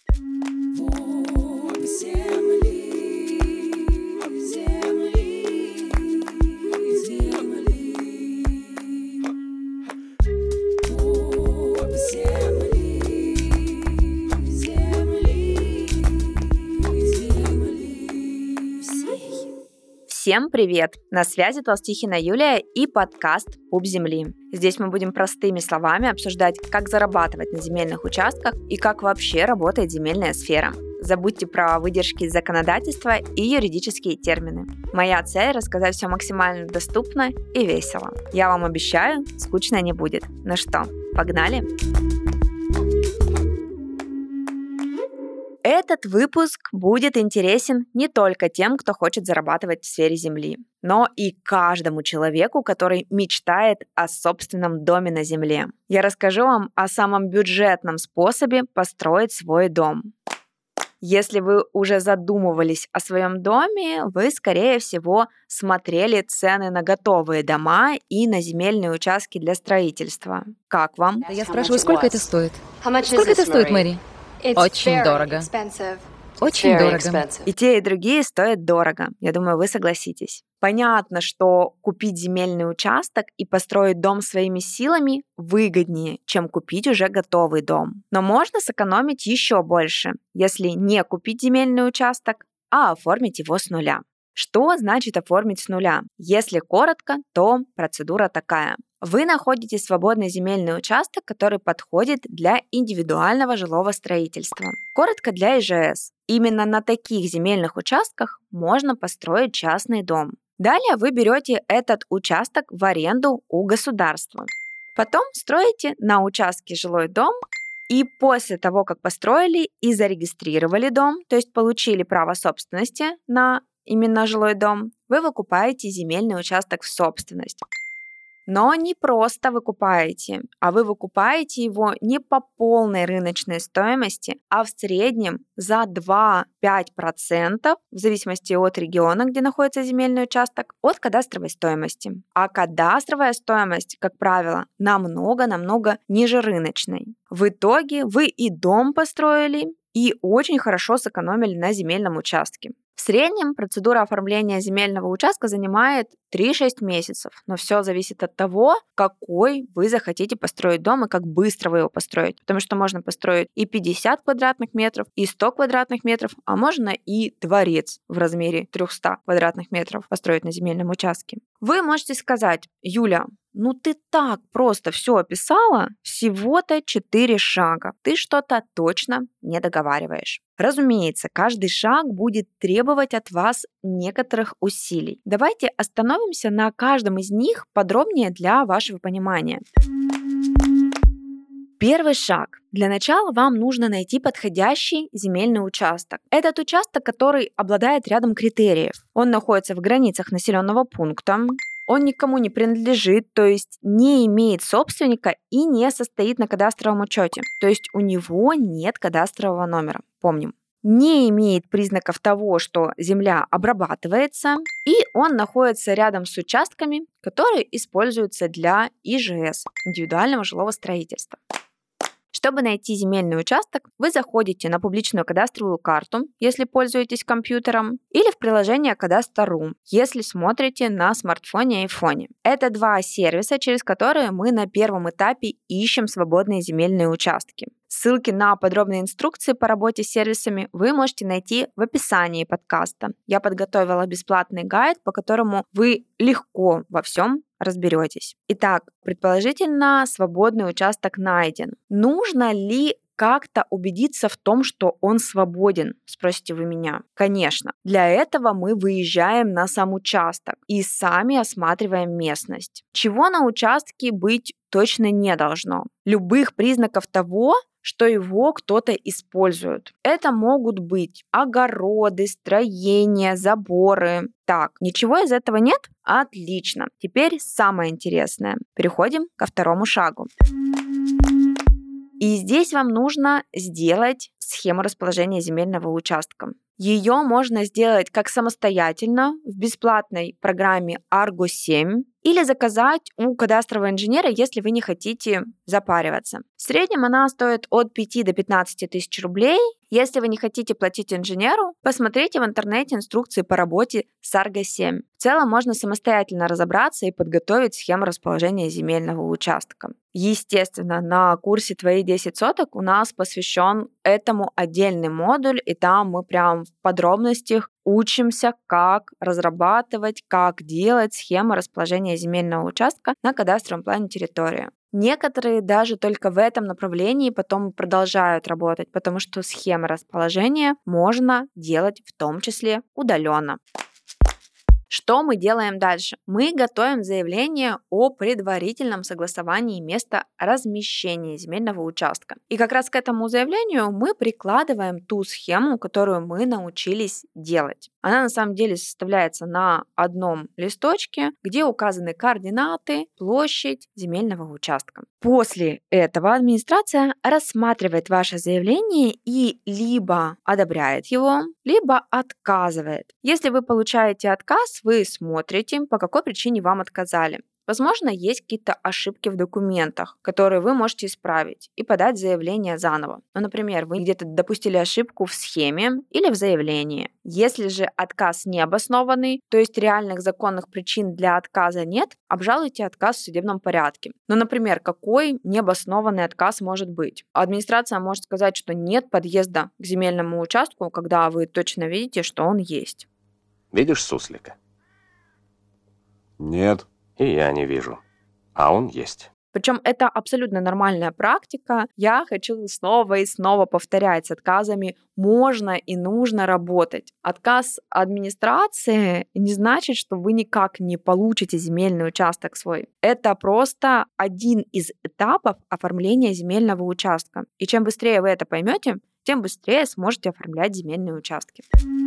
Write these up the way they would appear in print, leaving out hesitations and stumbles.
Всем привет! На связи Толстихина Юлия и подкаст «Пуп земли». Здесь мы будем простыми словами обсуждать, как зарабатывать на земельных участках и как вообще работает земельная сфера. Забудьте про выдержки из законодательства и юридические термины. Моя цель – рассказать все максимально доступно и весело. Я вам обещаю, скучно не будет. Ну что, погнали? Этот выпуск будет интересен не только тем, кто хочет зарабатывать в сфере земли, но и каждому человеку, который мечтает о собственном доме на земле. Я расскажу вам о самом бюджетном способе построить свой дом. Если вы уже задумывались о своем доме, вы, скорее всего, смотрели цены на готовые дома и на земельные участки для строительства. Как вам? Я спрашиваю, сколько это стоит? Сколько это стоит, Мэри? Очень дорого. Очень дорого. И те, и другие стоят дорого. Я думаю, вы согласитесь. Понятно, что купить земельный участок и построить дом своими силами выгоднее, чем купить уже готовый дом. Но можно сэкономить еще больше, если не купить земельный участок, а оформить его с нуля. Что значит оформить с нуля? Если коротко, то процедура такая. Вы находите свободный земельный участок, который подходит для индивидуального жилого строительства. Коротко для ИЖС. Именно на таких земельных участках можно построить частный дом. Далее вы берете этот участок в аренду у государства. Потом строите на участке жилой дом, и после того, как построили и зарегистрировали дом, то есть получили право собственности на именно жилой дом, вы выкупаете земельный участок в собственность. Но не просто выкупаете, а вы выкупаете его не по полной рыночной стоимости, а в среднем за 2-5%, в зависимости от региона, где находится земельный участок, от кадастровой стоимости. А кадастровая стоимость, как правило, намного ниже рыночной. В итоге вы и дом построили, и очень хорошо сэкономили на земельном участке. В среднем процедура оформления земельного участка занимает 3-6 месяцев, но все зависит от того, какой вы захотите построить дом и как быстро вы его построите. Потому что можно построить и 50 квадратных метров, и 100 квадратных метров, а можно и дворец в размере 300 квадратных метров построить на земельном участке. Вы можете сказать: Юля, ну ты так просто все описала, всего-то 4 шага. Ты что-то точно не договариваешь. Разумеется, каждый шаг будет требовать от вас некоторых усилий. Давайте остановимся на каждом из них подробнее для вашего понимания. Первый шаг. Для начала вам нужно найти подходящий земельный участок. Этот участок, который обладает рядом критериев. Он находится в границах населенного пункта, он никому не принадлежит, то есть не имеет собственника и не состоит на кадастровом учете, то есть у него нет кадастрового номера. Помним. Не имеет признаков того, что земля обрабатывается, и он находится рядом с участками, которые используются для ИЖС, индивидуального жилого строительства. Чтобы найти земельный участок, вы заходите на публичную кадастровую карту, если пользуетесь компьютером, или в приложение Кадастр.ру, если смотрите на смартфоне и айфоне. Это 2 сервиса, через которые мы на первом этапе ищем свободные земельные участки. Ссылки на подробные инструкции по работе с сервисами вы можете найти в описании подкаста. Я подготовила бесплатный гайд, по которому вы легко во всем разберетесь. Итак, предположительно, свободный участок найден. Нужно ли как-то убедиться в том, что он свободен, спросите вы меня? Конечно. Для этого мы выезжаем на сам участок и сами осматриваем местность. Чего на участке быть точно не должно. Любых признаков того, что его кто-то использует. Это могут быть огороды, строения, заборы. Так, ничего из этого нет? Отлично. Теперь самое интересное. Переходим ко второму шагу. И здесь вам нужно сделать схему расположения земельного участка. Ее можно сделать как самостоятельно в бесплатной программе Argo 7 или заказать у кадастрового инженера, если вы не хотите запариваться. В среднем она стоит от 5 до 15 тысяч рублей, Если вы не хотите платить инженеру, посмотрите в интернете инструкции по работе с Argo-7. В целом можно самостоятельно разобраться и подготовить схему расположения земельного участка. Естественно, на курсе «Твои 10 соток» у нас посвящен этому отдельный модуль, и там мы прям в подробностях учимся, как разрабатывать, как делать схему расположения земельного участка на кадастровом плане территории. Некоторые даже только в этом направлении потом продолжают работать, потому что схемы расположения можно делать в том числе удаленно. Что мы делаем дальше? Мы готовим заявление о предварительном согласовании места размещения земельного участка. И как раз к этому заявлению мы прикладываем ту схему, которую мы научились делать. Она на самом деле составляется на одном листочке, где указаны координаты, площадь земельного участка. После этого администрация рассматривает ваше заявление и либо одобряет его, либо отказывает. Если вы получаете отказ, вы смотрите, по какой причине вам отказали. Возможно, есть какие-то ошибки в документах, которые вы можете исправить и подать заявление заново. Ну, например, вы где-то допустили ошибку в схеме или в заявлении. Если же отказ не обоснованный, то есть реальных законных причин для отказа нет, обжалуйте отказ в судебном порядке. Ну, например, какой необоснованный отказ может быть? Администрация может сказать, что нет подъезда к земельному участку, когда вы точно видите, что он есть. Видишь суслика? Нет. И я не вижу. А он есть. Причем это абсолютно нормальная практика. Я хочу снова и снова повторять, с отказами можно и нужно работать. Отказ администрации не значит, что вы никак не получите земельный участок свой. Это просто один из этапов оформления земельного участка. И чем быстрее вы это поймете, тем быстрее сможете оформлять земельные участки.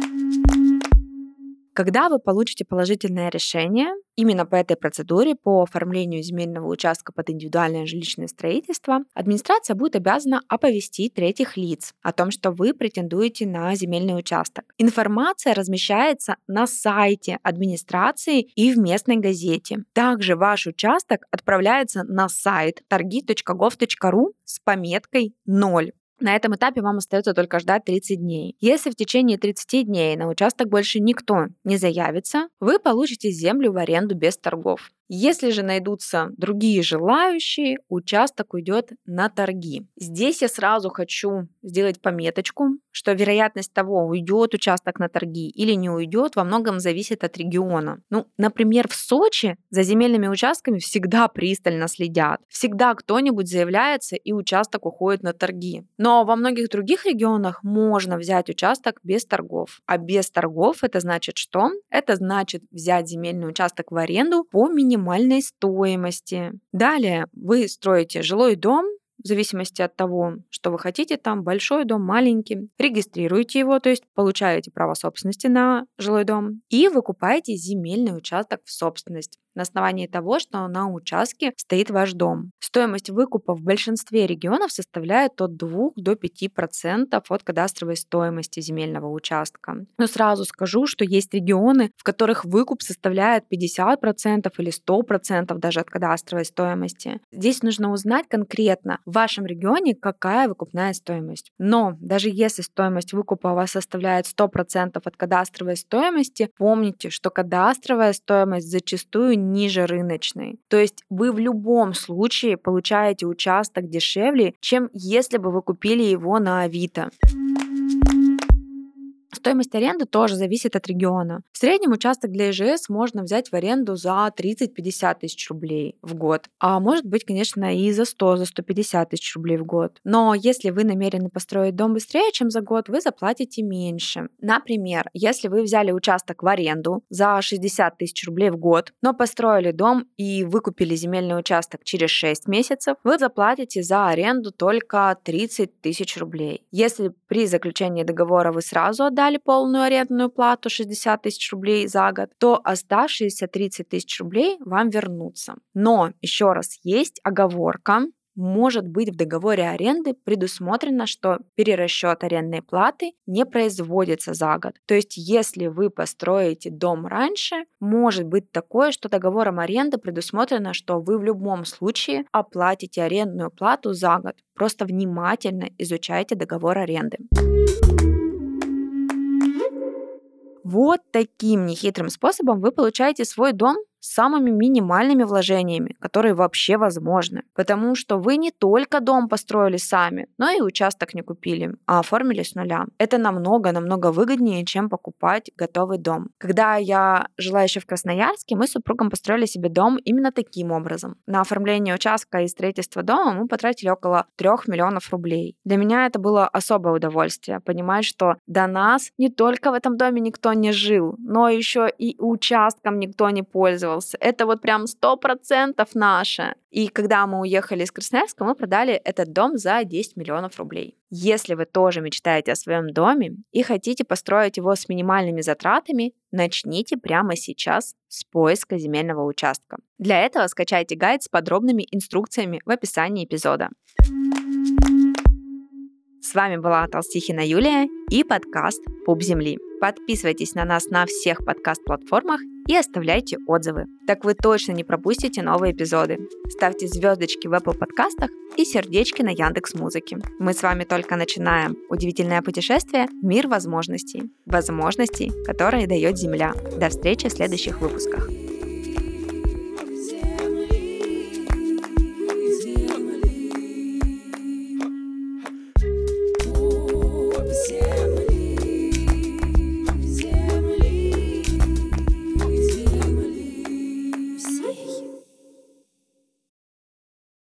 Когда вы получите положительное решение именно по этой процедуре, по оформлению земельного участка под индивидуальное жилищное строительство, администрация будет обязана оповестить третьих лиц о том, что вы претендуете на земельный участок. Информация размещается на сайте администрации и в местной газете. Также ваш участок отправляется на сайт торги.gov.ru с пометкой 0. На этом этапе вам остается только ждать 30 дней. Если в течение 30 дней на участок больше никто не заявится, вы получите землю в аренду без торгов. Если же найдутся другие желающие, участок уйдет на торги. Здесь я сразу хочу сделать пометочку, что вероятность того, уйдет участок на торги или не уйдет, во многом зависит от региона. Например, в Сочи за земельными участками всегда пристально следят. Всегда кто-нибудь заявляется и участок уходит на торги. Но во многих других регионах можно взять участок без торгов. А без торгов это значит что? Это значит взять земельный участок в аренду по минимальной стоимости. Далее вы строите жилой дом, в зависимости от того, что вы хотите, там большой дом, маленький, регистрируете его, то есть получаете право собственности на жилой дом и выкупаете земельный участок в собственность на основании того, что на участке стоит ваш дом. Стоимость выкупа в большинстве регионов составляет от 2 до 5% от кадастровой стоимости земельного участка. Но сразу скажу, что есть регионы, в которых выкуп составляет 50% или 100% даже от кадастровой стоимости. Здесь нужно узнать конкретно в вашем регионе, какая выкупная стоимость. Но даже если стоимость выкупа у вас составляет 100% от кадастровой стоимости, помните, что кадастровая стоимость зачастую ниже рыночной. То есть вы в любом случае получаете участок дешевле, чем если бы вы купили его на Авито. Стоимость аренды тоже зависит от региона. В среднем участок для ИЖС можно взять в аренду за 30-50 тысяч рублей в год. А может быть, конечно, и за 100-150 тысяч рублей в год. Но если вы намерены построить дом быстрее, чем за год, вы заплатите меньше. Например, если вы взяли участок в аренду за 60 тысяч рублей в год, но построили дом и выкупили земельный участок через 6 месяцев, вы заплатите за аренду только 30 тысяч рублей. Если при заключении договора вы сразу отдали полную арендную плату 60 тысяч рублей за год, то оставшиеся 30 тысяч рублей вам вернутся. Но, еще раз, есть оговорка. Может быть, в договоре аренды предусмотрено, что перерасчет арендной платы не производится за год. То есть, если вы построите дом раньше, может быть такое, что договором аренды предусмотрено, что вы в любом случае оплатите арендную плату за год. Просто внимательно изучайте договор аренды. Вот таким нехитрым способом вы получаете свой дом с самыми минимальными вложениями, которые вообще возможны. Потому что вы не только дом построили сами, но и участок не купили, а оформили с нуля. Это намного выгоднее, чем покупать готовый дом. Когда я жила еще в Красноярске, мы с супругом построили себе дом именно таким образом. На оформление участка и строительство дома мы потратили около 3 миллионов рублей. Для меня это было особое удовольствие, понимать, что до нас не только в этом доме никто не жил, но еще и участком никто не пользовался. Это вот прям 100% наше. И когда мы уехали из Красноярска, мы продали этот дом за 10 миллионов рублей. Если вы тоже мечтаете о своем доме и хотите построить его с минимальными затратами, начните прямо сейчас с поиска земельного участка. Для этого скачайте гайд с подробными инструкциями в описании эпизода. С вами была Толстихина Юлия и подкаст «Пуп земли». Подписывайтесь на нас на всех подкаст-платформах и оставляйте отзывы. Так вы точно не пропустите новые эпизоды. Ставьте звездочки в Apple подкастах и сердечки на Яндекс.Музыке. Мы с вами только начинаем удивительное путешествие в мир возможностей. Возможностей, которые дает Земля. До встречи в следующих выпусках.